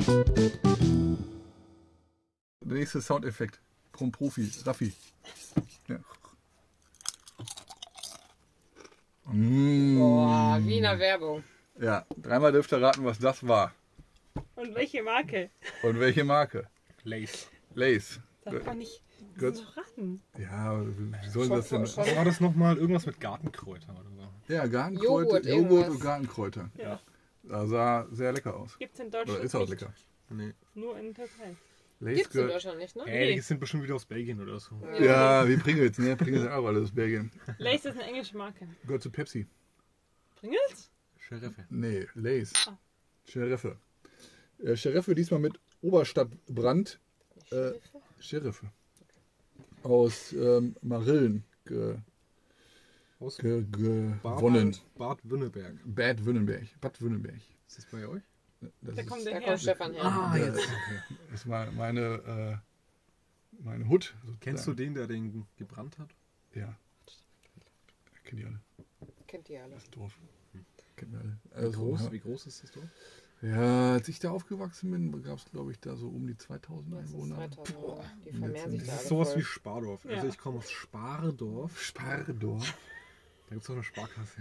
Der nächste Soundeffekt. Vom Profi, Raffi. Ja. Boah, Wiener Werbung. Ja, dreimal dürft ihr raten, was das war. Und welche Marke? Und welche Marke? Lace. Lace. Das kann ich Gut. noch raten. Ja, wie soll das denn? Schon- Was war das nochmal? Irgendwas mit Gartenkräuter oder so? Ja, Gartenkräuter, Joghurt, Joghurt irgendwas. und Gartenkräuter. Ja. Das sah sehr lecker aus. Gibt es in Oder Deutschland ist auch nicht. lecker. Nee. Nur in Türkei. Lace Gibt's in gehört. Deutschland nicht, ne? Hey, die sind bestimmt wieder aus Belgien oder so. Ja, wie Pringles, ne? Pringles sind auch alles aus Belgien. Lace ist eine englische Marke. Gehört zu Pepsi. Pringles? Schereffe. Nee, Lace. Ah. Schereffe. Schereffe diesmal mit Oberstadtbrand. Schereffe. Aus Marillen Aus gewonnen. Bad Wünnenberg. Bad Wünnenberg. Bad Wünnenberg. Ist das bei euch? Das Da ist, kommt Da der kommt her. Stefan her. Ah, Ja. jetzt. Okay. das war meine Hut. Sozusagen. Kennst du den, der den gebrannt hat? Ja. Kennt ihr alle. Kennt ihr alle. Das Dorf. Kennen wir alle. Wie Also, groß? Wie groß ist das Dorf? ja, als ich da aufgewachsen bin, gab es, glaube ich, da so um die 2000 Das ist Einwohner. 2000. Boah, Die vermehren sich das da Das alle ist sowas voll. wie Spardorf. Also Ja. ich komme aus Spardorf. Spardorf. Da gibt es auch eine Sparkasse.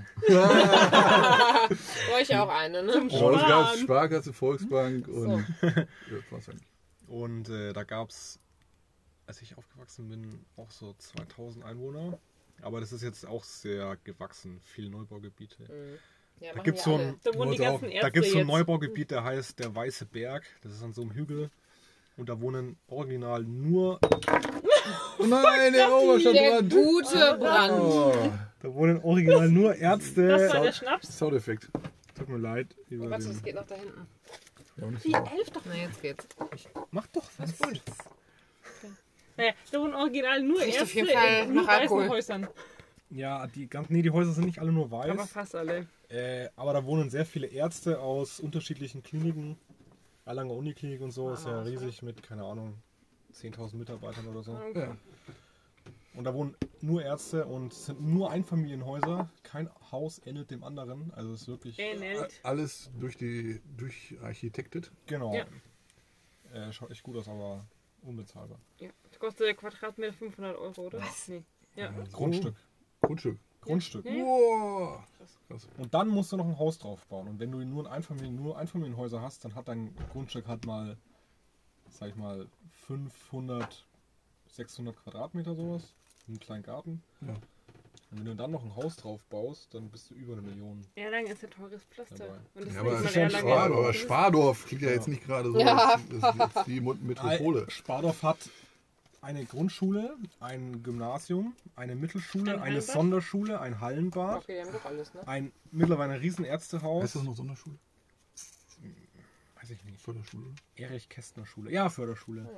Bei euch auch eine, ne? Zum Oh, es gab Sparen. Sparkasse, Volksbank und So. das war's eigentlich. Und da gab es, als ich aufgewachsen bin, auch so 2000 Einwohner. Aber das ist jetzt auch sehr gewachsen. Viele Neubaugebiete. Ja, Da machen gibt es wir so alle. ein, Da wohnen die Muss auch. ganzen Ärzte da gibt's so ein jetzt. Neubaugebiet, der heißt der Weiße Berg. Das ist an so einem Hügel. Und da wohnen original nur, Oh nein, der Oberstadt Der Brand. gute Brand. Oh, da wohnen original nur Das Ärzte. war der Schnaps. Soundeffekt. Tut mir leid. Oh, Über warte, das den, geht noch da hinten. Ja, und Die 11 doch. Na, jetzt geht's. mach doch was. Naja, da wohnen original nur Riecht auf Ärzte jeden Fall in nur nach Alkohol. weißen Häusern. Ja, die Häuser sind nicht alle nur Aber weiß. fast alle. Aber da wohnen sehr viele Ärzte aus unterschiedlichen Kliniken. Erlanger Uniklinik und so ist ja riesig mit, keine Ahnung, 10.000 Mitarbeitern oder so. Ja. Und da wohnen nur Ärzte und es sind nur Einfamilienhäuser. Kein Haus ähnelt dem anderen. Also es ist wirklich... Ähnelt. Alles durcharchitektet. Genau. Ja. Schaut echt gut aus, aber unbezahlbar. Ja. Das kostet der Quadratmeter 500 Euro, oder? Was? Nee. Ja. Grundstück. Grundstück. Grundstück. Ja. Wow. Krass. Und dann musst du noch ein Haus drauf bauen. Und wenn du nur Einfamilienhäuser hast, dann hat dein Grundstück halt mal, sag ich mal, 500, 600 Quadratmeter sowas. Einen kleinen Garten. Ja. Und wenn du dann noch ein Haus drauf baust, dann bist du über 1 Million. Erlangen ist ein teures Pflaster. Dabei. Und das Ja, ist aber nicht mal Erlangen. Aber Spardorf klingt ja jetzt nicht gerade so. Ja. Das ist jetzt die Metropole. Spardorf hat eine Grundschule, ein Gymnasium, eine Mittelschule, Ein eine Hallenbad? Sonderschule, ein Hallenbad, Okay, die haben doch alles, ne? mittlerweile ein Riesenärztehaus. Heißt das noch Sonderschule? Weiß ich nicht. Förderschule? Erich-Kästner-Schule. Ja, Förderschule.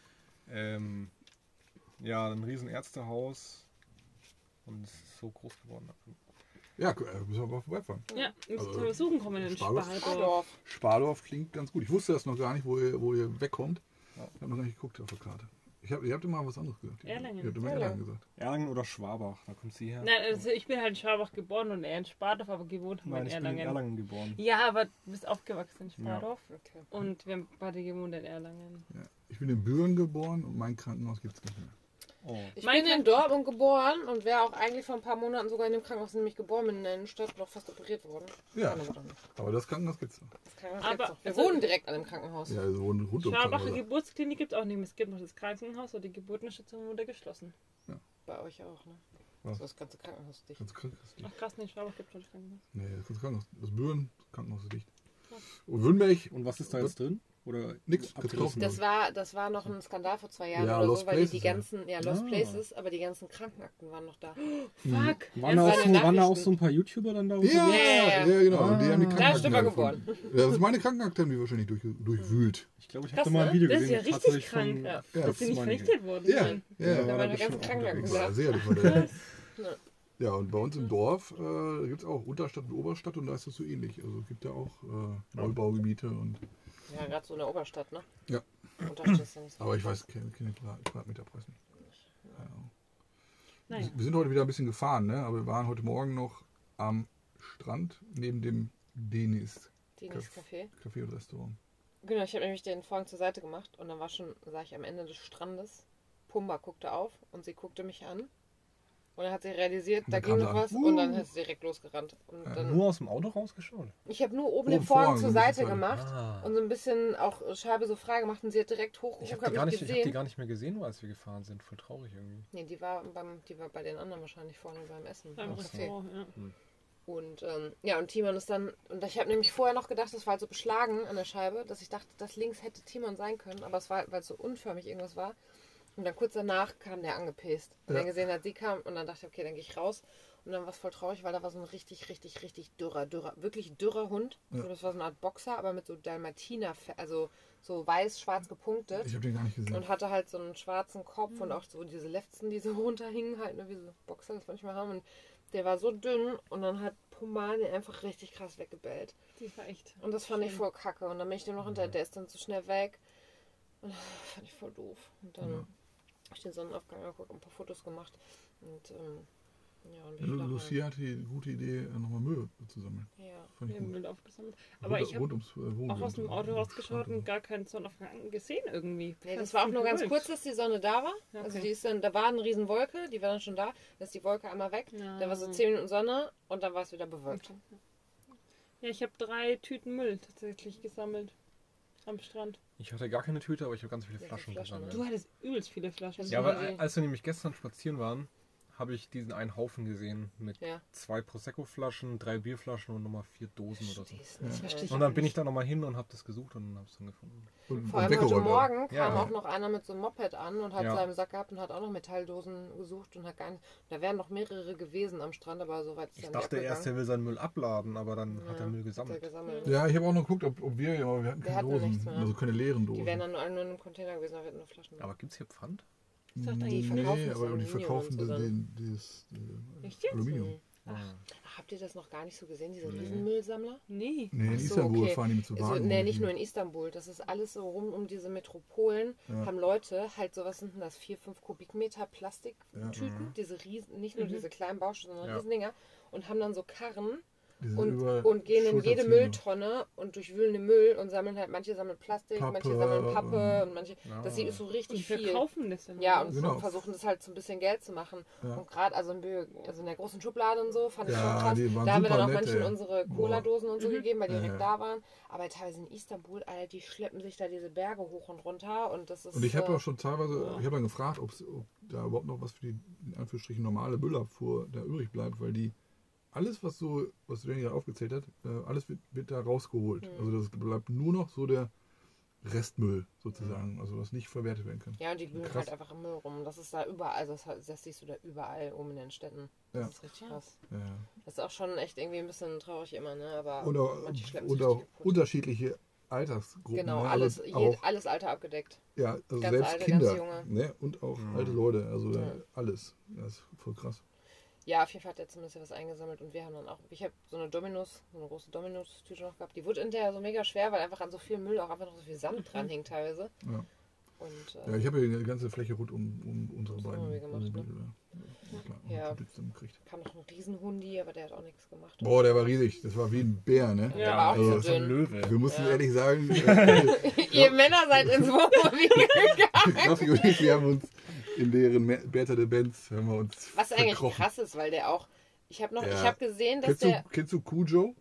Ja, ein Riesenärztehaus. Und es ist so groß geworden. Ja, müssen wir mal vorbeifahren. Ja, müssen Also, wir besuchen kommen in Spardorf? Spardorf. Spardorf. Spardorf klingt ganz gut. Ich wusste das noch gar nicht, wo ihr wegkommt. Ich habe noch gar nicht geguckt auf der Karte. Ihr habt immer was anderes gesagt. Erlangen. Ihr habt immer Erlangen gesagt. Erlangen oder Schwabach, da kommt sie her. Nein, also ich bin halt in Schwabach geboren und er in Spardorf, aber gewohnt haben wir Nein, in ich bin in Erlangen. Erlangen geboren. Ja, aber du bist aufgewachsen in Spardorf Okay. und wir haben beide gewohnt in Erlangen. Ja. Ich bin in Büren geboren und mein Krankenhaus gibt es nicht mehr. Oh. Ich Meine- bin in Dortmund geboren und wäre auch eigentlich vor ein paar Monaten sogar in dem Krankenhaus, in dem ich geboren bin, in der Innenstadt, noch fast operiert worden. Ja, Kann aber doch nicht. aber das Krankenhaus gibt es noch. Das Krankenhaus Aber- gibt's noch. Wir also- wohnen direkt an dem Krankenhaus. Ja, so rund um Schwabacher Krankenhäuser. Geburtsklinik gibt es auch nicht mehr. Es gibt noch das Krankenhaus, aber die Geburtenstation wurde geschlossen. Bei euch auch, ne? Was? So das ganze Krankenhaus dicht. Ganz Krankenhaus. Ach krass, nee, in Schwabach gibt es noch das Krankenhaus. Nee, das ganze Krankenhaus. Das Büren, das Krankenhaus ist dicht. Und Württemberg, Und was ist da jetzt drin? Oder Nix, abgerissen? gekauft. Das war noch ein Skandal vor 2 Jahren Ja, oder Lost so, weil die Places, ganzen, ja, Lost Ah. Places, aber die ganzen Krankenakten waren noch da. Fuck! Waren Erst da, auch seine so, waren da auch Nachrichten. so ein paar YouTuber dann da Ja, unterwegs? Ja. ja, genau. Und die haben die Da ist Krankenakten Stefan gefunden. geboren. Ja, das ist meine Krankenakte, haben die wahrscheinlich durchwühlt. Ich glaube, ich Krass, habe da mal ein ne? Video Das ist gesehen. ja richtig tatsächlich krank. von- Ja. Ja, Dass das sie nicht meine ich. vernichtet worden Ja, sind. ja. Da war waren da die ganzen bestimmt auch Krankenakten Ich war da. sehr different. Ja. Ja, und bei uns im Dorf gibt es auch Unterstadt und Oberstadt und da ist das so ähnlich. Also es gibt ja auch Neubaugebiete und. Ja, gerade so in der Oberstadt, ne? Ja. Unterstadt ist ja nicht so. Aber ich weiß keine Quadratmeterpreis nicht. Keine Ahnung. Naja. Wir sind heute wieder ein bisschen gefahren, ne? Aber wir waren heute Morgen noch am Strand neben dem Denis Denis Café. Café und Restaurant. Genau, ich habe nämlich den Vorhang zur Seite gemacht und dann sah ich am Ende des Strandes, Pumba guckte auf und sie guckte mich an. Und dann hat sie realisiert, da ging noch was und dann ist sie direkt losgerannt. Und dann, Nur aus dem Auto rausgeschaut? ich habe nur oben Oh, den Vorhang Vorhang, zur so ein Seite bisschen gemacht und so ein bisschen auch Scheibe so frei gemacht und sie hat direkt hochgeguckt, Ich hat habe mich die gesehen. gar nicht mehr gesehen, als wir gefahren sind. Voll traurig irgendwie. Nee, die war bei den anderen wahrscheinlich vorne beim Essen. Beim im Café. Restaurant, ja. Und und Timon ist dann, und ich habe nämlich vorher noch gedacht, das war halt so beschlagen an der Scheibe, dass ich dachte, das links hätte Timon sein können, aber es war, weil es so unförmig irgendwas war. Und dann kurz danach kam der angepäst. Und dann gesehen hat, sie kam und dann dachte ich, okay, dann gehe ich raus. Und dann war es voll traurig, weil da war so ein richtig wirklich dürrer Hund. Ja. Und das war so eine Art Boxer, aber mit so Dalmatiner, also so weiß-schwarz gepunktet. Ich habe den gar nicht gesehen. Und hatte halt so einen schwarzen Kopf und auch so diese Lefzen, die so runterhingen, halt nur wie so Boxer, das wollte ich mal haben. Und der war so dünn und dann hat Pumba den einfach richtig krass weggebellt. Die war echt. Und das fand ich voll kacke. Und dann bin ich dem noch hinterher, der ist dann zu schnell weg. Und das fand ich voll doof. Und dann habe ich den Sonnenaufgang angeguckt und ein paar Fotos gemacht. Und und bin ich wieder Lucia hatte die gute Idee, nochmal Müll zu sammeln. rein. Ja. Fand Wir ich haben gut. Müll aufgesammelt. Aber ich habe ums Wohngebiet. auch aus dem Auto rausgeschaut und gar keinen Sonnenaufgang gesehen irgendwie. Nee, das war auch nur ganz kurz, dass die Sonne da war. Ja, Also okay. die ist dann, da war eine riesen Wolke, die war dann schon da. Dann ist die Wolke einmal weg. Ja. Da war so 10 Minuten Sonne und dann war es wieder bewölkt. Okay. Ja, ich habe 3 Tüten Müll tatsächlich gesammelt. Am Strand. Ich hatte gar keine Tüte, aber ich habe ganz viele Ja, Flaschen Flaschen, gesammelt. Du hattest übelst viele Flaschen. Ja, aber- aber als wir nämlich gestern spazieren waren, habe ich diesen einen Haufen gesehen mit Ja. 2 Prosecco-Flaschen, 3 Bierflaschen und nochmal 4 Dosen oder so. Das verstehe ich Und dann bin ich da nochmal hin und habe das gesucht und habe es dann gefunden. Und Vor allem heute weggeräumt auch. Morgen kam Ja. auch noch einer mit so einem Moped an und hat Ja. seinen Sack gehabt und hat auch noch Metalldosen gesucht und hat gar nicht. Da wären noch mehrere gewesen am Strand, aber soweit ist Ich er dachte nicht erst, abgegangen. er will seinen Müll abladen, aber dann hat er Müll Hat er gesammelt. gesammelt. Ja, ich habe auch noch geguckt, ob wir, aber wir hatten Wir keine hatten Dosen. nichts mehr. Also keine leeren Dosen. Die wären dann alle nur in einem Container gewesen, aber wir hatten nur Flaschen. Aber gibt es hier Pfand? Ich dachte eigentlich, Nee, verkaufen aber die das verkaufen Aluminium und dieses Echt jetzt? Aluminium. Habt ihr das noch gar nicht so gesehen, diese Riesenmüllsammler? Nee. Nee, in Ach so, Istanbul okay. fahren die mit so Also, Wagen. nee, rum. nicht nur in Istanbul. Das ist alles so rum um diese Metropolen. Ja. Haben Leute halt so, was sind denn das, 4-5 Kubikmeter Plastiktüten, Ja. diese riesen, nicht nur diese kleinen Baustellen, sondern Ja. Riesendinger und haben dann so Karren Die sind und, überall und gehen in jede Schulterziehende. Mülltonne und durchwühlen den Müll und sammeln halt, manche sammeln Plastik, manche Pappe, sammeln Pappe und manche, Ja. das ist so Und richtig viel. verkaufen das dann. Ja, oder und was? Genau. versuchen das halt so ein bisschen Geld zu machen. Ja. Und gerade, also in der großen Schublade und so, fand ich Ja, schon krass. die waren Da haben wir dann super auch nett, manchen ey. unsere Boah. Cola-Dosen und so Mhm. gegeben, weil die Ja, direkt ja. da waren. Aber teilweise in Istanbul, Alter, die schleppen sich da diese Berge hoch und runter und das ist... Und ich habe auch schon teilweise, ich habe dann gefragt, ob da überhaupt noch was für die, in Anführungsstrichen, normale Müllabfuhr da übrig bleibt, weil die, alles was Danny gerade aufgezählt hat, alles wird da rausgeholt. Also das bleibt nur noch so der Restmüll sozusagen, also was nicht verwertet werden kann. Ja, und die glühen Krass. halt einfach im Müll rum. Das ist da überall, also das siehst du da überall oben in den Städten. Das Ja. ist richtig krass. Ja. Das ist auch schon echt irgendwie ein bisschen traurig immer, ne? Aber Und auch, manche schleppen und sich auch richtig kaputt. unterschiedliche Altersgruppen. Genau, ne? alles, Also auch, alles Alter abgedeckt. ja, also ganz selbst alte, Kinder ganz junge. ne? Und auch alte Leute, also Ja. alles. Das ist voll krass. Ja, auf jeden Fall hat er zumindest was eingesammelt und wir haben dann auch, ich habe so eine große Dominos-Tüte noch gehabt. Die wurde hinterher so mega schwer, weil einfach an so viel Müll auch einfach noch so viel Sand dran hing teilweise. Ja. Und Ja, ich habe ja die ganze Fläche rund um unsere Das haben beiden wir gemacht, ne? Wohngebiete. Klar, Ja. zusammengekriegt. kam noch ein Riesenhundi, aber der hat auch nichts gemacht. Boah, der war riesig. Das war wie ein Bär, ne? Der war auch also, so das ist ein dünn. Löwe. Wir mussten Ja. ehrlich sagen, Ihr Männer seid ins Wohnmobil gegangen. Raffi und ich, wir haben uns in deren Bertha de Benz, haben wir uns Was eigentlich verkrochen. krass ist, weil der auch, ich habe Ja. gesehen, dass Kennst du Cujo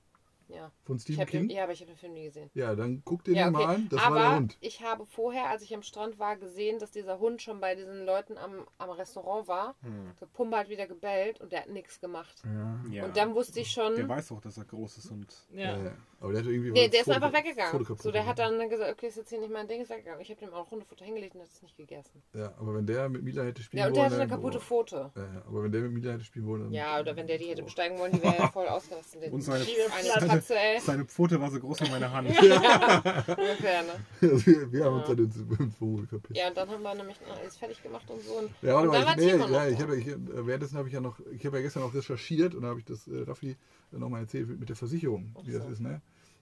ja, von ich Stephen hab den, King? ja, aber ich habe den Film nie gesehen. Ja, dann guck dir Ja, den mal okay. an. Das aber war der Hund. ich habe vorher, als ich am Strand war, gesehen, dass dieser Hund schon bei diesen Leuten am Restaurant war. Der Pumba hat wieder gebellt und der hat nichts gemacht. Ja. Und dann wusste ich schon, Der weiß auch, dass er groß ist und Ja. Aber der hat irgendwie nee, das der ist Foto- einfach Foto weggegangen. kaputt So, der hat gemacht. dann gesagt, okay, ist jetzt hier nicht mein Ding, ist weggegangen. Ich habe dem auch Hundefutter hingelegt und hat es nicht gegessen. Ja, aber wenn der mit Mila hätte spielen Ja, und wollen. der hatte eine dann- kaputte boah. Pfote. Ja, aber wenn der mit Mila hätte spielen wollen, dann. Ja, oder wenn der die hätte besteigen wollen, die wäre ja voll ausgerastet. Der Und seine- eine Katze, ey. seine Pfote war so groß wie meine Hand. Ungefähr, ne? Also wir haben uns dann ins Vogel verpisst. Ja, und dann haben wir nämlich noch alles fertig gemacht und so. Und, Ja, warte und dann mal, war Timon noch da. währenddessen habe ich ja noch, ich habe ja gestern noch recherchiert und da habe ich das Raffi nochmal erzählt mit der Versicherung, wie das ist, ne?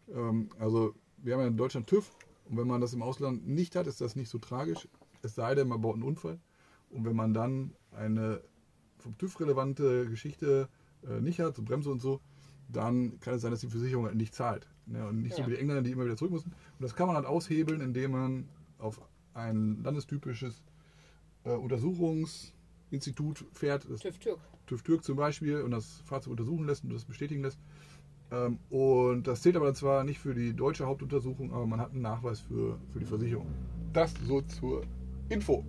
Also, wir haben ja in Deutschland TÜV und wenn man das im Ausland nicht hat, ist das nicht so tragisch, es sei denn, man baut einen Unfall. Und wenn man dann eine vom TÜV relevante Geschichte nicht hat, so Bremse und so, dann kann es sein, dass die Versicherung halt nicht zahlt. Ne? Und nicht so Ja. wie die Engländer, die immer wieder zurück müssen. Und das kann man halt aushebeln, indem man auf ein landestypisches Untersuchungsinstitut fährt, das TÜV Türk. TÜV Türk zum Beispiel, und das Fahrzeug untersuchen lässt und das bestätigen lässt. Und das zählt aber dann zwar nicht für die deutsche Hauptuntersuchung, aber man hat einen Nachweis für die Versicherung. Das so zur Info.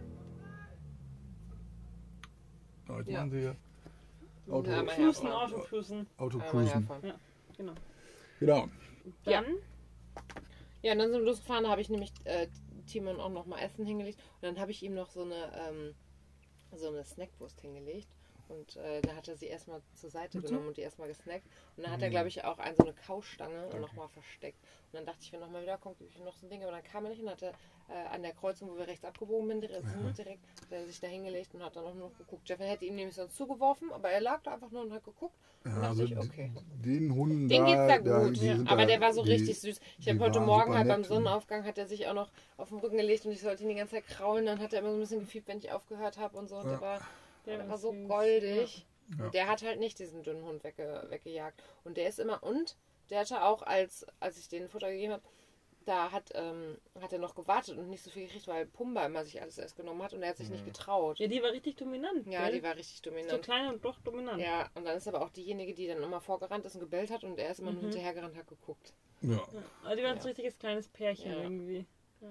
So, jetzt Ja. machen Sie hier Auto, Ja, aber- Cruisen, Autocruisen. Autocruisen. Einmal herfahren. Genau. Genau. Ja. Dann, Ja, und dann sind wir losgefahren, da habe ich nämlich Timon auch noch mal Essen hingelegt. Und dann habe ich ihm noch so eine Snackwurst hingelegt. Und da hat er sie erstmal zur Seite genommen und die erstmal gesnackt. Und dann hat er, glaube ich, auch so eine Kaustange nochmal versteckt. Und dann dachte ich, wenn nochmal wieder kommt, ich noch so ein Ding. Aber dann kam er nicht und hatte an der Kreuzung, wo wir rechts abgebogen sind, direkt hat er sich da hingelegt und hat dann auch noch geguckt. Jeff hätte ihm nämlich sonst zugeworfen, aber er lag da einfach nur und hat geguckt. Und Ja, dachte also ich, okay. den Hunden Den geht's da gut, die sind aber da- der war so die- richtig süß. Ich die habe heute waren Morgen super halt beim nett. Sonnenaufgang, hat er sich auch noch auf den Rücken gelegt und ich sollte ihn die ganze Zeit kraulen. Dann hat er immer so ein bisschen gefiebt, wenn ich aufgehört habe und so. Und der war so süß. goldig. Ja. Und der hat halt nicht diesen dünnen Hund weggejagt. Und der ist immer, und der hatte auch, als ich den Futter gegeben habe, da hat er noch gewartet und nicht so viel gekriegt, weil Pumba immer sich alles erst genommen hat und er hat sich nicht getraut. Ja, die war richtig dominant. Ja, gell? die war richtig So dominant. klein und doch dominant. Ja, und dann ist aber auch diejenige, die dann immer vorgerannt ist und gebellt hat und er ist immer nur hinterhergerannt, hat geguckt. Ja. Aber die waren Ja. so ein richtiges kleines Pärchen Ja. irgendwie.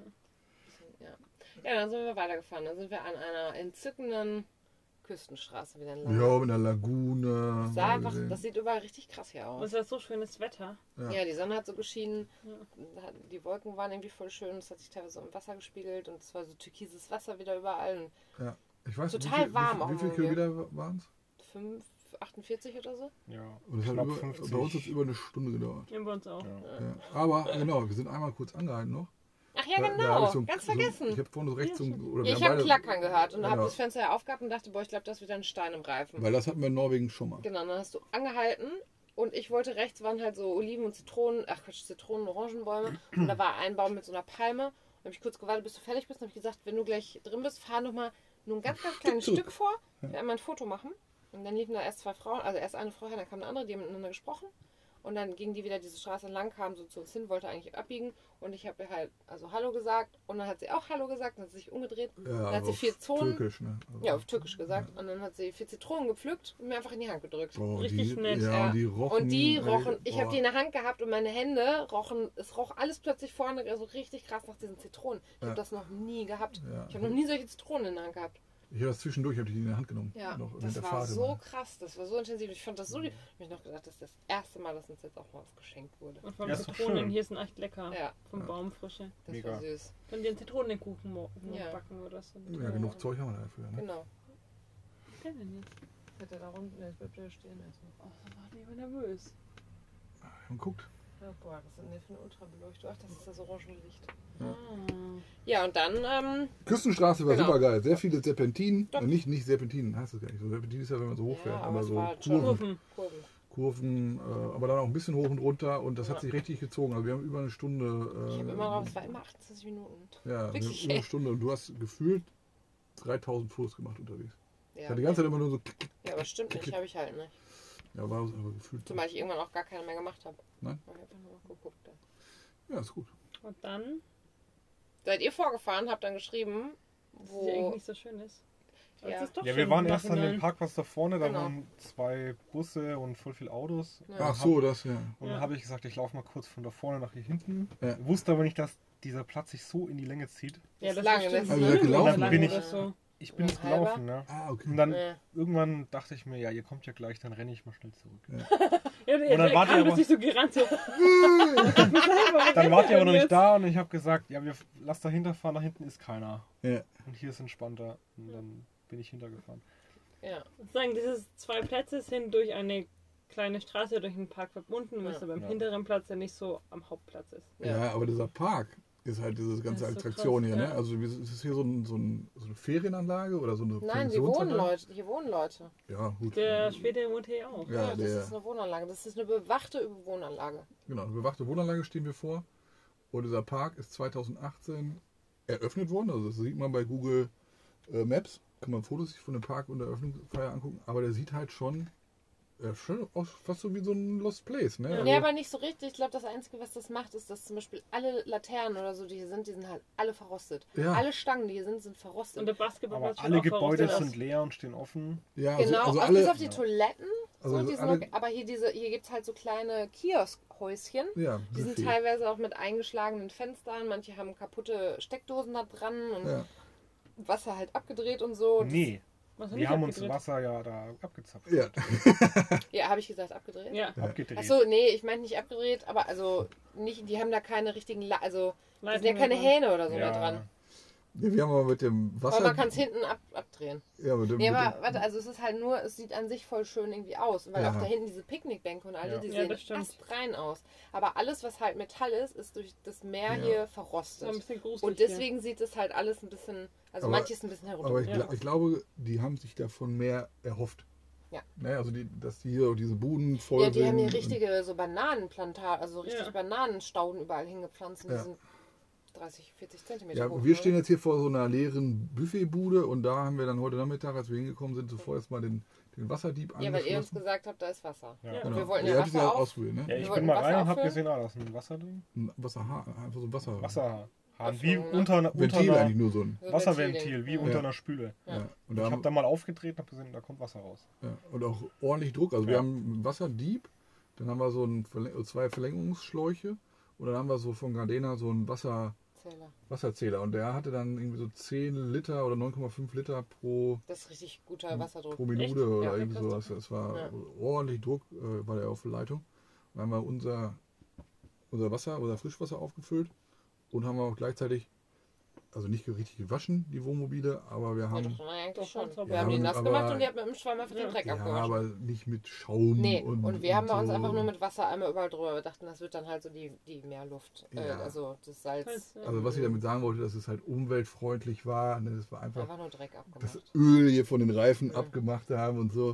Ja, dann sind wir weitergefahren. Dann sind wir an einer entzückenden Küstenstraße wieder entlang. Ja, mit einer Lagune. Das sah einfach, das sieht überall richtig krass hier Und aus. es war so schönes Wetter. Ja, die Sonne hat so geschienen, die Wolken waren irgendwie voll schön, es hat sich teilweise im Wasser gespiegelt und es war so türkises Wasser wieder überall. Und Ja. Ich weiß, Total warm auch Wie viele irgendwie. Kilometer waren es? 5,48 oder so? Ja, Und das hat knapp über, 50. bei uns hat es über eine Stunde gedauert. Ja, bei uns auch. Ja. Ja. Aber genau, wir sind einmal kurz angehalten noch. Ach ja, Da hab genau, ich so ein- ganz so, vergessen. Ich habe vorne so rechts so ein, oder Ja, wir ich haben habe beide- Klackern gehört und habe Genau. das Fenster ja aufgehabt und dachte, boah, ich glaube, da ist wieder ein Stein im Reifen. Weil das hatten wir in Norwegen schon mal. Genau, dann hast du angehalten und ich wollte, rechts waren halt so Oliven und Zitronen, Zitronen, Orangenbäume und da war ein Baum mit so einer Palme. Dann habe ich kurz gewartet, bis du fertig bist. Dann habe ich gesagt, wenn du gleich drin bist, fahr noch mal nur ein ganz kleines zurück. Stück vor. Ich will einmal ein Foto machen. Und dann liefen da erst zwei Frauen, also erst eine Frau her, dann kam eine andere, die haben miteinander gesprochen. Und dann ging die wieder diese Straße lang, kam so zu uns hin, wollte eigentlich abbiegen. Und ich habe ihr halt also Hallo gesagt. Und dann hat sie auch Hallo gesagt, dann hat sie sich umgedreht. Ja, dann hat sie auf 4 Zonen, Türkisch, ne? Also, ja, auf Türkisch gesagt. Und dann hat sie 4 Zitronen gepflückt und mir einfach in die Hand gedrückt. oh, Richtig die, nett. Ja, Ja. und die rochen. Und die rochen, ich boah. habe die in der Hand gehabt und meine Hände rochen, es roch alles plötzlich vorne so richtig krass nach diesen Zitronen. Ich Ja. habe das noch nie gehabt. Ja. Ich habe noch nie solche Zitronen in der Hand gehabt. Ich habe das zwischendurch, ich habe die in der Hand genommen. Ja, noch während das der war Fahrt so immer. krass, das war so intensiv. Ich fand das so, ich habe mich noch gedacht, das ist das erste Mal, dass uns jetzt auch mal was geschenkt wurde. Und von Ja, ist doch Zitronen schön. hier sind echt lecker. Ja, Vom Baumfrische. das Mega. war süß. Können den Zitronenkuchen Ja. backen oder so. Ja, genug Zeug haben wir dafür. Ne? Genau. Was ist der denn jetzt? Wird er da unten, jetzt bleibt er stehen erstmal. Oh, da war ich aber nervös. Und guckt. Ja, boah, was ist denn für eine Ultrabeleuchtung? Ach, das ist das Orangenlicht. Ah. Ja, und dann, Küstenstraße war Genau. super geil. Sehr viele Serpentinen. Doch. Nicht Serpentinen heißt das gar nicht. So Serpentinen ist ja, wenn man so hochfährt. Ja, aber aber so es war schon- Kurven. Kurven. Kurven. Aber dann auch ein bisschen hoch und runter. Und das hat Ja. sich richtig gezogen. Also wir haben über eine Stunde. Ich habe immer drauf, es war immer 28 Minuten. Ja, wir haben Wirklich, über eine ey. Stunde. Und du hast gefühlt 3000 Fotos gemacht unterwegs. Ich Ja, hatte die ganze Zeit immer nur so. ja, aber stimmt nicht, habe ich halt nicht. Ja, war aber gefühlt. Zumal ich irgendwann auch gar keine mehr gemacht habe. Nein? Ich habe einfach nur geguckt. Dann. Ja, ist gut. Und dann, Seid ihr vorgefahren, habt dann geschrieben, dass es ja eigentlich wo. nicht so schön ist. Aber Ja. es ist doch Ja, schön wir waren im erst an dem Nachhinein. Parkplatz da vorne, da Genau. waren 2 Busse und voll viele Autos. Ja. Ach so, das, ja. Und Ja. dann habe ich gesagt, ich laufe mal kurz von da vorne nach hier hinten. Ja. Wusste aber nicht, dass dieser Platz sich so in die Länge zieht. Ja, das lange, ist bestimmt das ist eine lange gelaufen. Stunde Dann bin lang ich- oder so. Ich bin Ja, jetzt gelaufen, halber. ne? Ah, okay. Und dann Ja. irgendwann dachte ich mir, ja, ihr kommt ja gleich, dann renne ich mal schnell zurück. Ja, Und dann wart ihr kam aber- plötzlich so gerannt. So. Dann wart ihr aber noch nicht da und ich habe gesagt, ja, lass dahinter fahren, da hinten ist keiner. Ja. Und hier ist entspannter. Und dann bin ich hintergefahren. Ja. Sagen, diese 2 Plätze sind durch eine kleine Straße, durch einen Park verbunden, was Ja. aber im Ja. hinteren Platz ja nicht so am Hauptplatz ist. Ja, aber dieser Park ist halt diese ganze Das ist so Attraktion krass, hier. ja. Ne? Also es ist hier so eine Ferienanlage oder so eine Nein, hier wohnen Pensionsanlage? Leute. Hier wohnen Leute. Ja, gut. Der Schwede wohnt hier auch. Ja, das der, ist eine Wohnanlage. Das ist eine bewachte Wohnanlage. genau, eine bewachte Wohnanlage stehen wir vor. Und dieser Park ist 2018 eröffnet worden. Also das sieht man bei Google Maps. Kann man Fotos sich von dem Park und der Eröffnungsfeier angucken. Aber der sieht halt schon Ja, schon auch fast so wie so ein Lost Place, ne? Nee, aber nicht so richtig. Ich glaube, das Einzige, was das macht, ist, dass zum Beispiel alle Laternen oder so, die hier sind, die sind halt alle verrostet. Ja. Alle Stangen, die hier sind verrostet. Und der Basketballplatz Aber alle wird auch Gebäude verrostet. sind leer und stehen offen. Ja, Genau, also bis alle. auf die Toiletten. Also So, die sind alle- okay. Aber hier gibt es halt so kleine Kioskhäuschen. Ja, Die sind Buffet. teilweise auch mit eingeschlagenen Fenstern. Manche haben kaputte Steckdosen da dran und Ja. Wasser halt abgedreht und so. Nee, Was wir haben uns abgedreht? Wasser ja da abgezapft. Ja. Ja, habe ich gesagt, abgedreht? Ja, Abgedreht. Achso, nee, ich meine nicht abgedreht, aber also nicht, die haben da keine richtigen, also da sind ja keine Hähne oder so mehr dran. Ja, wir haben aber mit dem Aber Wasser. man kann es hinten abdrehen. Ja, mit dem, Nee, mit aber dem, warte, also es ist halt nur, es sieht an sich voll schön irgendwie aus, weil Ja. auch da hinten diese Picknickbänke und alle, Ja. die Ja, sehen das stimmt. astrein aus. Aber alles, was halt Metall ist, ist durch das Meer Ja. hier So ein verrostet. bisschen gruselig. Und deswegen sieht es halt alles ein bisschen, also Aber- manches ein bisschen aber herunter. ich glaube, die haben sich davon mehr erhofft. Ja. Ne, also dass die hier diese Buden voll Ja, die haben hier sind richtige so Bananenplantagen, also richtig Ja. Bananenstauden überall hingepflanzt. Und Ja. Die sind 30, 40 Zentimeter Ja, hoch. wir ne? stehen jetzt hier vor so einer leeren Buffetbude und da haben wir dann heute Nachmittag, als wir hingekommen sind, zuvor erstmal den Wasserdieb Ja, weil ihr uns angeschlossen. gesagt habt, da ist Wasser. Ja. Ja. Und wir wollten Ihr ja hattet ja Wasser auf. ausprobieren, ne? Ja, Wir ich wollten bin mal Wasser rein und habe auffüllen. gesehen, da ist ein Wasser drin. Ein Wasserhahn, einfach so ein Wasser. Wasserhahn. Wie Öffnung, ne? unter Ventil einer eigentlich nur so ein. So Wasserventil, Ventilding. wie Ja. unter Ja. einer Spüle. Ja. Ja. Und, Ich da habe haben, da mal aufgedreht und habe gesehen, da kommt Wasser raus. ja. Und auch ordentlich Druck. Also wir Ja. haben einen Wasserdieb, dann haben wir so zwei Verlängerungsschläuche und dann haben wir so von Gardena so einen Zähler. Wasserzähler und der hatte dann irgendwie so 10 Liter oder 9,5 Liter pro Das ist richtig guter Wasserdruck. Minute Echt? oder Ja, irgendwie krass. sowas. Das war Ja. ordentlich Druck, war der auf der Leitung. Dann haben wir unser Frischwasser aufgefüllt und haben auch gleichzeitig, also nicht richtig gewaschen, die Wohnmobile, aber wir Ja, haben, doch, eigentlich Doch, schon. ganz sauber. Wir haben die Ja, nass aber- gemacht und die hat mit dem Schwamm einfach den Dreck ja, abgewaschen. aber nicht mit Schaum. Nee, und wir haben bei uns so. einfach nur mit Wasser einmal überall drüber. Wir dachten, das wird dann halt so die Meerluft, Ja. also das Salz. Also was ich damit sagen wollte, dass es halt umweltfreundlich war. Ne? Das war einfach Einfach nur Dreck abgemacht. das Öl hier von den Reifen Ja. abgemacht haben und so.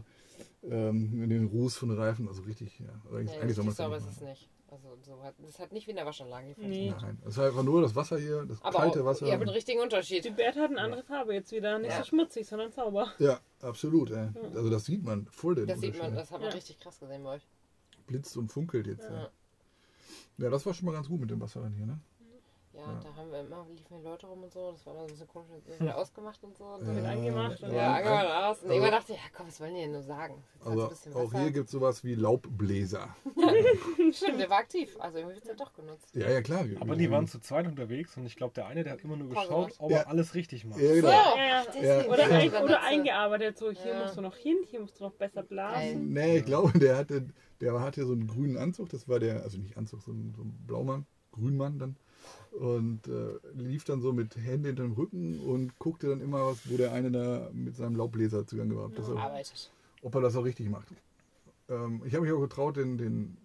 Den Ruß von den Reifen, also richtig, ja. Nee, Eigentlich soll man richtig sauber es ist ja es nicht nicht. Also das hat nicht wie in der Waschanlage hier Nee. funktioniert. machen. Nein, es war einfach nur das Wasser hier, das Aber kalte auch, Wasser. ihr habt einen richtigen Unterschied. Die Bert hat eine andere Farbe jetzt wieder. Nicht Ja. so schmutzig, sondern sauber. Ja, absolut. Also das sieht man voll den Das sieht man, Unterschied. das hat man Ja. richtig krass gesehen bei euch. Blitzt und funkelt jetzt. Ja. Ja, das war schon mal ganz gut mit dem Wasser dann hier, ne? Ja, Ja. da haben wir immer, liefen die Leute rum und so, das war immer so ein bisschen komisch, wir sind wieder ausgemacht und so. Und Wird dann, angemacht und ja, angemacht aus. Und Also- irgendwann dachte ich, ja komm, was wollen die denn nur sagen? Jetzt halt so Also ein bisschen auch Wasser. hier gibt es sowas wie Laubbläser. Stimmt, der war aktiv, also irgendwie wird es ja doch genutzt. Ja, ja, klar. Aber die waren zu zweit unterwegs und ich glaube, der eine, der hat immer nur Pause geschaut, gemacht. ob Ja. er alles richtig macht. Ja, genau. Ja. deswegen Ja. sind Oder, die ein, dann oder dazu. eingearbeitet, so hier Ja. musst du noch hin, hier musst du noch besser blasen. Nee, ich glaube, der hatte so einen grünen Anzug. Das war also nicht Anzug, so ein Blaumann, Grünmann dann. Und lief dann so mit Händen hinter dem Rücken und guckte dann immer, wo der eine da mit seinem Laubbläser zugange war. Dass er, Arbeitet. ob er das auch richtig macht. Ich habe mich auch getraut, den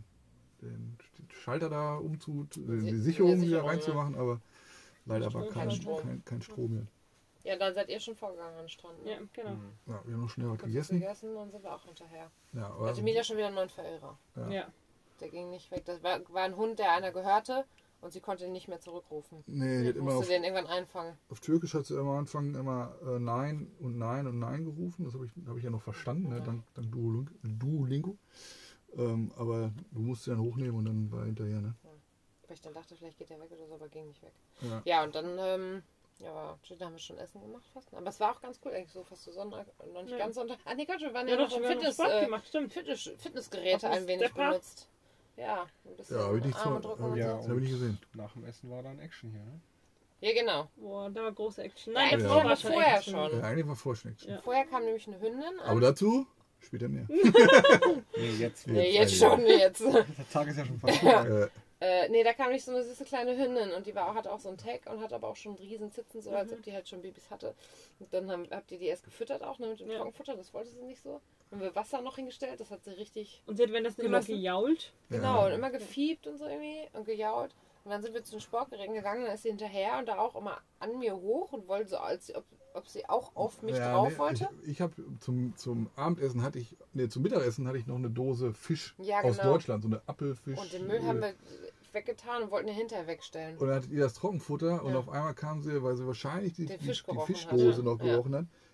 Schalter da die Sicherung wieder Sicherung, reinzumachen, aber leider war Kein Strom. kein Strom mehr. Ja, dann seid ihr schon vorgegangen an den Strand. Ne? Ja, genau. Mhm. Ja, wir haben noch schnell was Kurz gegessen. gegessen, dann sind wir auch hinterher. Ja, aber Hatte Mila schon wieder einen neuen Verirrer. Ja. Ja. Der ging nicht weg. Das war ein Hund, der einer gehörte und sie konnte ihn nicht mehr zurückrufen. nee, die hat immer Musste den irgendwann einfangen. auf Türkisch hat sie immer am Anfang immer Nein und Nein und Nein gerufen. Das hab ich ja noch verstanden, ne? dank Duolingo. Aber du musst sie dann hochnehmen und dann war hinterher, ne? Weil ich dann dachte, vielleicht geht er weg oder so, aber ging nicht weg. Ja. Ja, und dann, da haben wir schon Essen gemacht fast. Aber es war auch ganz cool, eigentlich so fast so Sonntag, noch nicht Ja. ganz Sonntag. Ah, nee, Gott, wir waren Ja, ja, doch, noch im wir haben noch Sport gemacht, stimmt. Fitnessgeräte Auf ein dem wenig Stepper. benutzt. Ja, ein bisschen Ja, hab ich nicht Arme so- drücken hab und ich- Ja, so. Das habe ich nicht gesehen. Nach dem Essen war dann Action hier, ne? Ja, genau. Boah, da war große Action. Ja, Nein, eigentlich davor haben war wir schon vorher Action. schon. Ja, eigentlich war Vorschnitt. Ja. Vorher kam nämlich eine Hündin an. Aber dazu später mehr. Nee, jetzt. Nee, jetzt schon, jetzt. Der Tag ist ja schon fast vorbei. Nee, da kam nämlich so eine süße kleine Hündin und die hatte auch so einen Tag und hatte aber auch schon riesen Zitzen, so als ob die halt schon Babys hatte. Und dann habt ihr die erst gefüttert auch, ne, mit dem Ja. Trockenfutter, das wollte sie nicht so. Dann haben wir Wasser noch hingestellt, das hat sie richtig, Und sie hat währenddessen immer Genossen. gejault. genau, Ja. und immer gefiebt und so irgendwie und gejault. Und dann sind wir zu den Sportgeräten gegangen, dann ist sie hinterher und da auch immer an mir hoch und wollte so, als ob sie auch auf mich drauf wollte. Ich habe zum Abendessen zum Mittagessen hatte ich noch eine Dose Fisch Ja, aus genau. Deutschland, so eine Apfelfisch. Und den Müll haben wir weggetan und wollten ihn hinterher wegstellen. Und dann hattet ihr das Trockenfutter und Ja. auf einmal kam sie, weil sie wahrscheinlich die Den Fisch gerochen Fischdose hat. noch Ja. gerochen hat,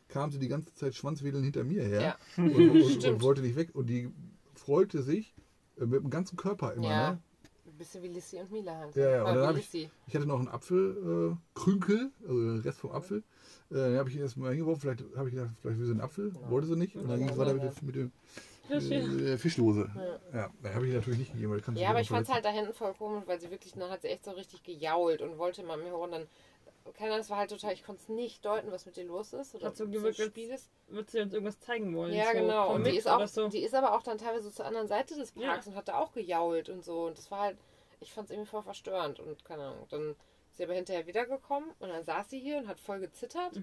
kam sie die ganze Zeit schwanzwedelnd hinter mir her Ja. und wollte nicht weg. Und die freute sich mit dem ganzen Körper immer. Ja. Ne? Ein bisschen wie Lissy und Mila halt. Ja, und dann wie habe ich hatte noch einen Apfelkrünkel, also den Rest vom Apfel. Den habe ich erstmal hingeworfen, vielleicht habe ich gedacht, vielleicht will sie einen Apfel, wollte sie nicht. Und dann ging es weiter mit dem Fischdose. Ja, da habe ich natürlich nicht gegeben. Weil kann Ja, aber ich fand es halt da hinten voll komisch, weil sie wirklich, dann hat sie echt so richtig gejault und wollte mal mir hören. Dann, keine Ahnung, das war halt total, ich konnte es nicht deuten, was mit dir los ist. Oder Hat so was gewirkt, das Spiel ist. Wird sie uns irgendwas zeigen wollen. Ja, so genau. Und die Comics ist, auch, oder so. die ist aber auch dann teilweise zur anderen Seite des Parks und hat da auch gejault und so. Und das war halt, ich fand es irgendwie voll verstörend. Und keine Ahnung, dann ist sie aber hinterher wiedergekommen und dann saß sie hier und hat voll gezittert.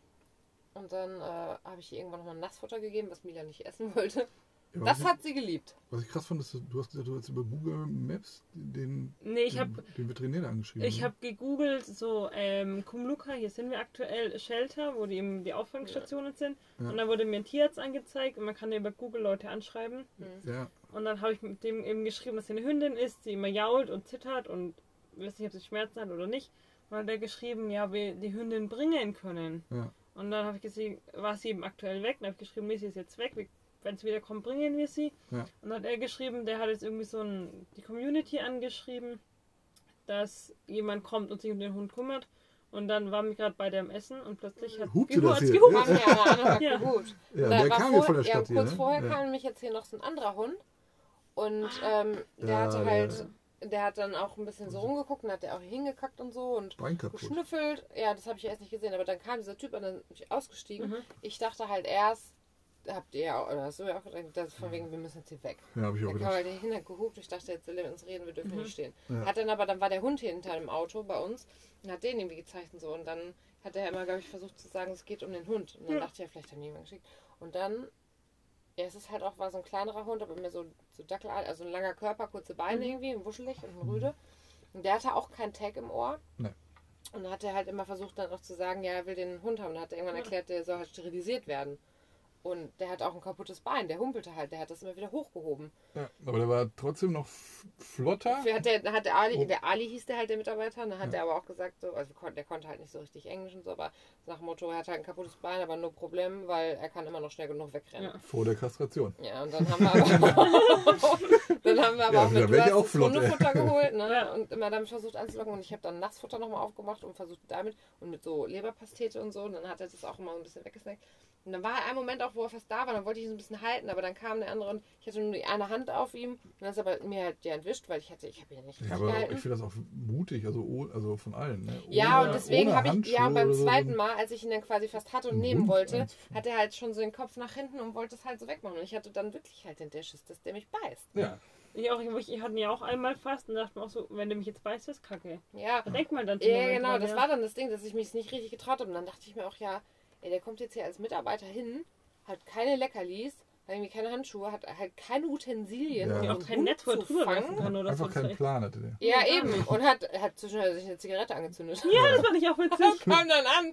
Und dann habe ich ihr irgendwann nochmal Nassfutter gegeben, was Mila nicht essen wollte. Ja, Das hat sie geliebt. Was ich krass fand, ist, du hast gesagt, du hast über Google Maps den Veterinär da angeschrieben. Ich habe gegoogelt, so Kumluka, hier sind wir aktuell, Shelter, wo die eben die Auffangstationen sind. Ja. Und dann wurde mir ein Tierarzt angezeigt und man kann ja über Google Leute anschreiben. Ja. Und dann habe ich mit dem eben geschrieben, dass sie eine Hündin ist, die immer jault und zittert und weiß nicht, ob sie Schmerzen hat oder nicht. Und dann hat er geschrieben, ja, wir die Hündin bringen können. Ja. Und dann habe ich gesehen, war sie eben aktuell weg. Dann habe ich geschrieben, nee, sie ist jetzt weg. Wenn sie wieder kommt, bringen wir sie. Ja. Und dann hat er geschrieben, der hat jetzt irgendwie so die Community angeschrieben, dass jemand kommt und sich um den Hund kümmert. Und dann waren wir gerade bei dem Essen und plötzlich hat Hupte das hier. gehupt. Waren ja an der Ja. gehupt. Ja, Da der war kam ja von der ja, Stadt hier. kurz Ne? vorher Ja. kam nämlich jetzt hier noch so ein anderer Hund. Und der hatte Ja, halt, der hat dann auch ein bisschen so rumgeguckt und hat der auch hier hingekackt und so und Bein kaputt. geschnüffelt. Ja, das habe ich erst nicht gesehen, aber dann kam dieser Typ und dann bin ich ausgestiegen. Ich dachte halt erst, habt ihr ja, oder hast du ja auch gedacht, das ist von wegen, wir müssen jetzt hier weg. Ja, habe ich auch Dann kam gedacht. halt hier hingehupt. Ich dachte, jetzt will er mit uns reden, wir dürfen hier nicht stehen. Ja. Hat dann aber, dann war der Hund hier hinter dem Auto bei uns und hat den irgendwie gezeigt und so. Und dann hat er immer, glaube ich, versucht zu sagen, es geht um den Hund. Und dann dachte ich, ja, vielleicht haben die jemanden geschickt. Und dann, ja, es ist halt auch, war so ein kleinerer Hund, aber mehr so Dackel, also ein langer Körper, kurze Beine irgendwie, wuschelig und ein Rüde. Und der hatte auch kein Tag im Ohr. Nee. Und dann hat er halt immer versucht, dann auch zu sagen, ja, er will den Hund haben. Und dann hat er irgendwann erklärt, der soll halt sterilisiert werden. Und der hat auch ein kaputtes Bein, der humpelte halt, der hat das immer wieder hochgehoben. Ja, aber der war trotzdem noch flotter. Hat der Ali hieß der halt, der Mitarbeiter, und dann hat er aber auch gesagt, so, also der konnte halt nicht so richtig Englisch und so, aber nach dem Motto, er hat halt ein kaputtes Bein, aber nur Problem, weil er kann immer noch schnell genug wegrennen. Ja. Vor der Kastration. Ja, und dann haben wir aber, auch mit da wär ich auch das flott, ey. Hundefutter geholt, ne? Ja. Und immer damit versucht anzulocken und ich habe dann Nassfutter nochmal aufgemacht und versucht damit und mit so Leberpastete und so und dann hat er das auch immer ein bisschen weggesnackt. Und dann war ein Moment auch, wo er fast da war, dann wollte ich ihn so ein bisschen halten, aber dann kam der andere und ich hatte nur die eine Hand auf ihm und dann ist aber mir halt der entwischt, weil ich habe ihn ja nicht richtig Ja, aber gehalten. ich finde das auch mutig, also von allen. Ne? Ja, Ohne- und deswegen ohne habe ich, ja, Handschuhe beim oder so. zweiten Mal, als ich ihn dann quasi fast hatte und Ein nehmen Hund wollte, eins. hat er halt schon so den Kopf nach hinten und wollte es halt so wegmachen. Und ich hatte dann wirklich halt den Schiss, dass der mich beißt. Ja, Ich hatte ihn ja auch einmal fast und dachte mir auch so, wenn der mich jetzt beißt, ist kacke. Ja, Da denkt man dann ja Moment genau, dran, das ja. war dann das Ding, dass ich mich nicht richtig getraut habe. Und dann dachte ich mir auch, ja, ey, der kommt jetzt hier als Mitarbeiter hin, hat keine Leckerlis, hat irgendwie keine Handschuhe, hat halt keine Utensilien, Ja. um Die einen auch kein Hund Netz, wo er zu drüber werfen fangen. kann oder einfach so. keinen Plan hatte der. Ja, eben. Und hat zwischendurch sich eine Zigarette angezündet. Ja, das fand ich auch witzig. Kam dann an.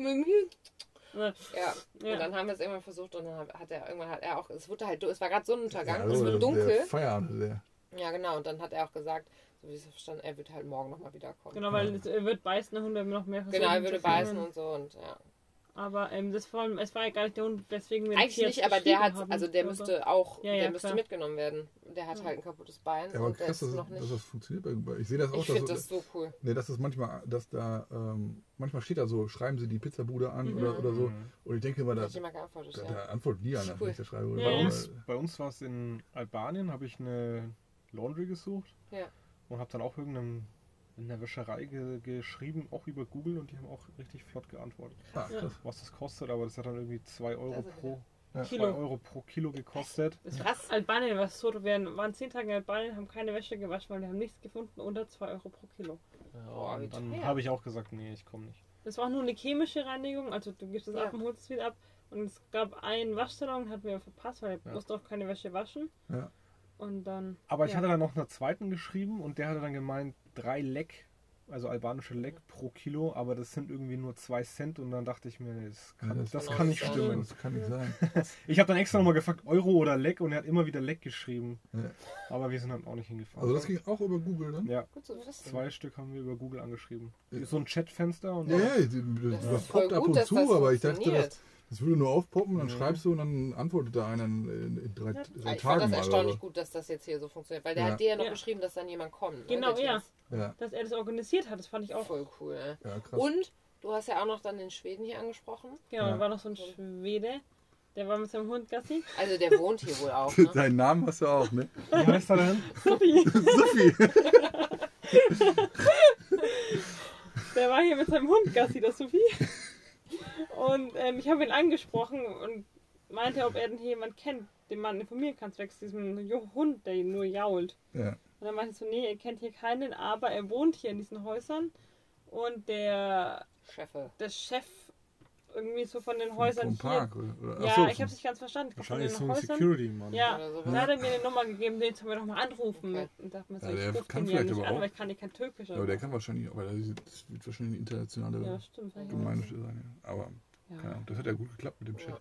Ja. Ja. Ja. Und dann haben wir es irgendwann versucht und dann hat er auch, es wurde halt, es war gerade Sonnenuntergang, Ja, es also wird der dunkel. Feierabend, der. Ja, genau. Und dann hat er auch gesagt, so wie ich es verstanden, er wird halt morgen nochmal wiederkommen. Genau, weil er wird beißen, der Hund, wenn wir noch mehr Genau, er würde zu finden. beißen und so und ja. Aber das vor allem, es war ja gar nicht der Hund, weswegen wir Eigentlich Tierarzt nicht, aber der geschrieben hat, haben. also der Aber- müsste auch, Ja, ja, der müsste klar. mitgenommen werden. Der hat halt ein kaputtes Bein Ja, aber und der krass, ist noch dass nicht. das funktioniert. Ich sehe das auch, Ich finde das so cool. Nee, das ist manchmal, dass da, manchmal steht da so, schreiben Sie die Pizzabude an oder so. Und ich denke immer, Hat da, jemand geantwortet, da, ja. da antwortet nie einer, Cool. wenn ich das schreibe. Ja, ja. Bei uns war es in Albanien, habe ich eine Laundry gesucht Ja. und habe dann auch in der Wäscherei geschrieben, auch über Google, und die haben auch richtig flott geantwortet. Ah, krass. Was das kostet, aber das hat dann irgendwie 2 Euro Also pro, Ja. 2 Euro pro Kilo gekostet. Das Krass. Albanien war so, wir waren 10 Tage in Albanien, haben keine Wäsche gewaschen, weil wir haben nichts gefunden unter 2 Euro pro Kilo. Boah, wie Und dann teuer. habe ich auch gesagt, nee, ich komme nicht. Das war auch nur eine chemische Reinigung, also du gibst es Ja. ab und holst es wieder ab. Und es gab einen Waschsalon, hatten wir verpasst, weil er Ja. musste auch keine Wäsche waschen. Ja. Und dann. Aber ich ja. hatte dann noch einen zweiten geschrieben und der hatte dann gemeint, 3 Lek, also albanische Lek pro Kilo, aber das sind irgendwie nur 2 Cent und dann dachte ich mir, nee, das kann, Ja, das kann kann auch nicht nicht stimmen. Das kann nicht sein. Ich habe dann extra nochmal gefragt, Euro oder Lek, und er hat immer wieder Lek geschrieben. Ja. Aber wir sind dann auch nicht hingefahren. Also das ging auch über Google dann? Ja, Gut zu wissen. 2 Stück haben wir über Google angeschrieben. So ein Chatfenster und Ja, ja, Das das ist voll poppt ab gut, und dass zu, das aber ich dachte, funktioniert. das Das würde nur aufpoppen, dann schreibst du und dann antwortet da einer in 3 Ich Tagen fand das mal. erstaunlich gut, dass das jetzt hier so funktioniert, weil der Ja. hat dir ja noch Ja. geschrieben, dass dann jemand kommt. Genau, ne, der ja. Test. Ja, Dass er das organisiert hat, das fand ich auch. Voll cool. Ey. ja, krass. Und du hast ja auch noch dann den Schweden hier angesprochen. Genau, Ja. da war noch so ein Schwede, der war mit seinem Hund Gassi. Also der wohnt hier wohl auch. Ne? Deinen Namen hast du auch, ne? Wie heißt er denn? Sophie. Sophie. Der war hier mit seinem Hund Gassi, der Sophie. Und ich habe ihn angesprochen und meinte, ob er denn hier jemand kennt, den man informieren kann, zwecks diesem Hund, der nur jault. Ja. Und dann meinte ich so, nee, er kennt hier keinen, aber er wohnt hier in diesen Häusern. Und der Chef irgendwie so von den Häusern Vom hier. Park, oder? Ja, Achso, ich habe es nicht ganz verstanden. Ich glaub, von Wahrscheinlich den so ein Häusern. Security-Mann. Ja, Oder sowas. da hat er mir eine Nummer gegeben, den sollen wir doch mal anrufen. Okay. Und dachte mir so, Ja, der ich rufe kann den ja vielleicht nicht aber an, auch. weil ich kann ja kein Türkisch. aber der kann wahrscheinlich, aber das wird wahrscheinlich eine internationale Ja, stimmt. vielleicht Gemeinde auch. sein. Ja. Aber Ja. keine Ahnung, das hat ja gut geklappt mit dem Chef.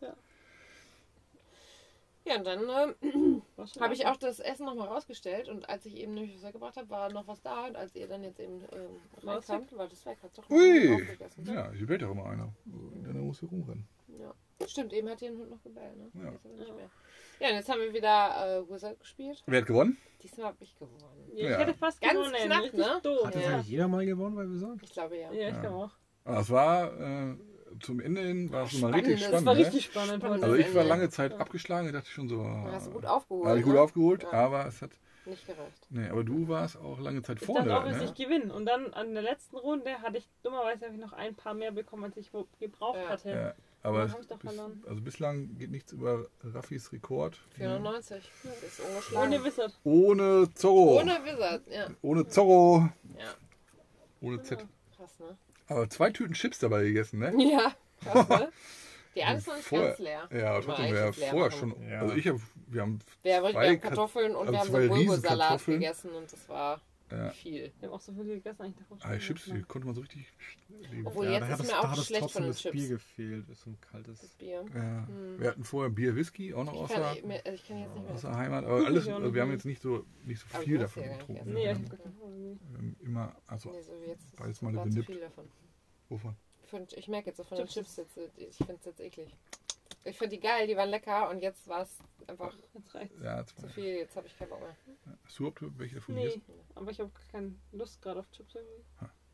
Ja, und dann War schon habe ich auch das Essen nochmal rausgestellt und als ich eben nämlich was weggebracht habe, war noch was da und als ihr dann jetzt eben War es reinkamt, war das weg. Hat doch noch Ui! aufgegessen. Ja, hier bellt ja auch immer einer. Dann muss hier rumrennen. Ja. Stimmt, eben hat hier ein Hund noch gebellt, ne? Ja. Jetzt aber nicht mehr. Ja, und jetzt haben wir wieder Wizard gespielt. Wer hat gewonnen? Diesmal habe ich gewonnen. Ja, ich Ja. hätte fast Ganz gewonnen. knapp, Richtig ne? doof. Hat das Ja. eigentlich jeder mal gewonnen bei Wizard? Ich glaube ja. Ja, ich glaube auch. Aber es war zum Ende hin war es schon mal Spannend, richtig das spannend. Das war Ne? richtig spannend heute. Also ich war Ende. lange Zeit abgeschlagen und dachte schon so. Da hast du gut aufgeholt. Habe ich gut ne? aufgeholt, Ja. aber es hat. Nicht gereicht. Nee, aber du warst auch lange Zeit Ich vorne. dachte auch, dass Ne? ich gewinne. Und dann an der letzten Runde hatte ich dummerweise noch ein paar mehr bekommen, als ich gebraucht Ja. hatte. Ja, aber Dann es, hab ich doch verloren. also bislang geht nichts über Raffis Rekord. 490. Das ist ungeschlagen. Ohne Wizard. Ohne Zorro. Ohne Wizard, ja. Ohne Zorro. Ja. Ohne Z. Krass, ne? Aber 2 Tüten Chips dabei gegessen, ne? Ja, krass, ne? Die eine ist noch nicht Vorher- ganz leer. Ja, aber Wollen trotzdem, wir wir eigentlich leer vorher machen. schon. Ja. Also wir haben Wir haben zwei Kartoffeln und also wir haben so zwei Bulgursalat Riesenkartoffeln. gegessen und das war Ja. viel. Wir haben auch so viel gegessen eigentlich davor. Ah, Chips, die konnte man so richtig lieben. Obwohl, Ja, jetzt da hat ist es- mir da auch hat es schlecht trotzdem von den das Bier Chips. gefehlt. Ist so ein kaltes. Das Bier. Ja. Wir hatten vorher Bier, Whisky, auch noch Ich außer, kann jetzt nicht mehr. aus der Heimat. Aber alles, Ja, also wir haben noch jetzt nicht so Aber viel du hast davon ja gar nicht getrunken. Nee, ich wir hab haben gar keinen Hunger. immer, also Nee, so wie jetzt. beides mal war zu genippt. viel davon. Wovon? Ich merke jetzt so von den Chips. Chips jetzt, ich finde es jetzt eklig. Ich finde die geil, die waren lecker und jetzt war es einfach Jetzt reicht's. Ja, zu viel. Jetzt habe ich keinen Bock mehr. Hast du überhaupt welche davon Nee, gegessen? aber ich habe keine Lust gerade auf Chips irgendwie.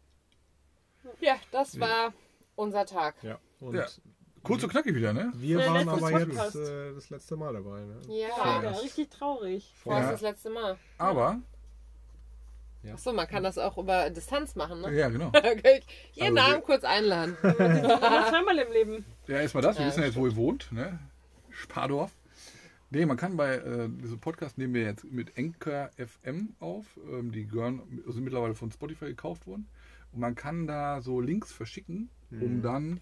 Ja, das war unser Tag. Ja. Und Ja. Kurz und knackig wieder, ne? wir Der waren letzte aber Podcast. jetzt das letzte Mal dabei. Ne? Ja, Ja, richtig traurig. vorher Ja. ist das letzte Mal. Aber, Achso, man kann das auch über Distanz machen, ne? ja, genau. Da kann ich jeden Also Abend kurz einladen. Nur zweimal im Leben. Ja, erstmal das. Wir Ja, wissen ja jetzt, wo ihr wohnt, ne? Spardorf. Nee, man kann bei diesem Podcast nehmen wir jetzt mit Anchor FM auf. Die gehören, sind mittlerweile von Spotify gekauft worden. Und man kann da so Links verschicken, um dann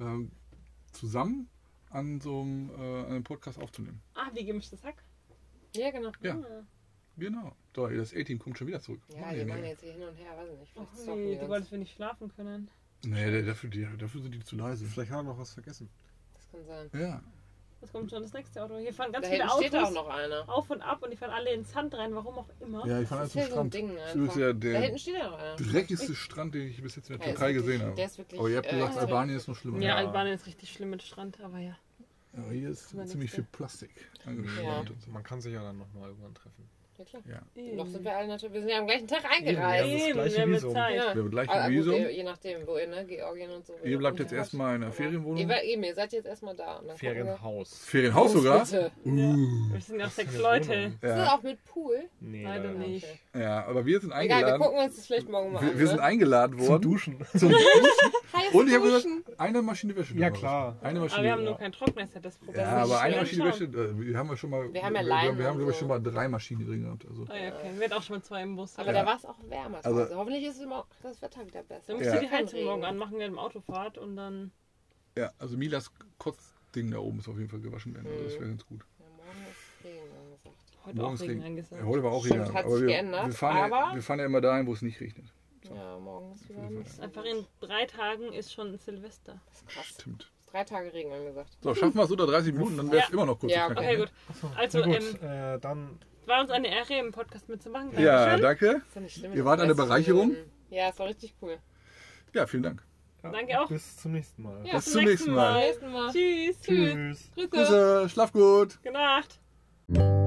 zusammen an so einem Podcast aufzunehmen. Ah, wie gemischtes Hack. Ja, genau. Ja, Ah. genau. So, das A-Team kommt schon wieder zurück. Ja, Machen die die machen nicht. jetzt hier hin und her, weiß ich nicht. Ach Vielleicht zocken nee, die du uns. wolltest wir nicht schlafen können. Nee, dafür sind die zu leise. Vielleicht haben wir noch was vergessen. Das kann sein. Ja. Was kommt schon das nächste Auto? Hier fahren ganz Da viele hinten steht auch Autos noch einer. auf und ab und die fahren alle ins Sand rein, warum auch immer. Ja, ich fand Das das ist zum ja so ein Strand. Ding Das ist übrigens einfach. ja Da der hinten steht ja noch einer. dreckigste Strand, den ich bis jetzt in der Ja, Türkei ist wirklich- gesehen habe. der ist wirklich, Aber ihr habt gesagt, extrem. Albanien ist noch schlimmer. Ja, Albanien ist richtig schlimm mit Strand, aber ja. Aber hier ist Aber ziemlich nächste. viel Plastik angespannt und so. Man kann sich ja dann nochmal irgendwann treffen. Ja, klar. Ja. Noch sind wir alle natürlich, wir sind ja am gleichen Tag Ja, eingereist. das Eben, gleiche wir haben Visum. Zeit. Ja. Wir haben gleich Ah, ein gut, Visum. je nachdem, wo ihr, ne? Georgien und so. Ihr bleibt jetzt erstmal in einer Ferienwohnung. Ihr seid jetzt erstmal da. Und dann gucken wir. Ferienhaus. Ferienhaus sogar? Bitte. Wir sind ja auch 6 Leute. Ist das Ja. auch mit Pool? Nee, Leider leider nicht. Okay. Ja, aber wir sind Egal, wir eingeladen. gucken uns das vielleicht morgen mal an. Wir sind ne? eingeladen Zum worden. Duschen. Zum Duschen. Heiß Und ich habe duschen. gesagt, eine Maschine Wäsche. Ja, noch. klar. Eine Aber Maschine. wir haben nur keinen Trockner, ist ja das Problem. Ja, Das ist aber eine schwer Maschine zu Wäsche, wir haben ja schon mal. Wir haben ja Leinen wir haben und glaube ich so. schon mal 3 Maschinen drin gehabt. Also. Ah, ja, okay. Wir hatten auch schon mal 2 im Bus. Aber Ja. da war es auch wärmer. Also- Also hoffentlich ist immer das Wetter wieder besser. Dann musst Ja. du die Heizung Regen. morgen anmachen während dem Autofahrt und dann. Ja, also Milas Kotzding da oben muss auf jeden Fall gewaschen werden. Also das wäre ganz gut. Ja, morgen ist Regen angesagt. Heute Morgens auch Regen Regen. angesagt. Ja, heute war auch Stimmt, Regen. hat Aber sich wir geändert, fahren aber- wir fahren ja immer dahin, wo es nicht regnet. Ja, morgen ist wieder nicht. Einfach in 3 Tagen ist schon Silvester. Das ist krass. Stimmt. 3 Tage Regen angesagt. So, schaffen wir es unter 30 Minuten, dann wäre es Ja. immer noch kurz. Ja, und Okay, knackig, gut. Also, Na gut, dann war uns eine Ehre, im Podcast mitzumachen. Ja, Dankeschön. danke. Ist ja nicht schlimm, Ihr wenn wart das eine 30 Bereicherung. Minuten- Ja, es war richtig cool. Ja, vielen Dank. Ja, Danke auch. Bis zum nächsten Mal. Ja, Bis zum nächsten Mal. Nächsten Mal. Tschüss. Tschüss. Grüße. Grüße, schlaf gut. Gute Nacht.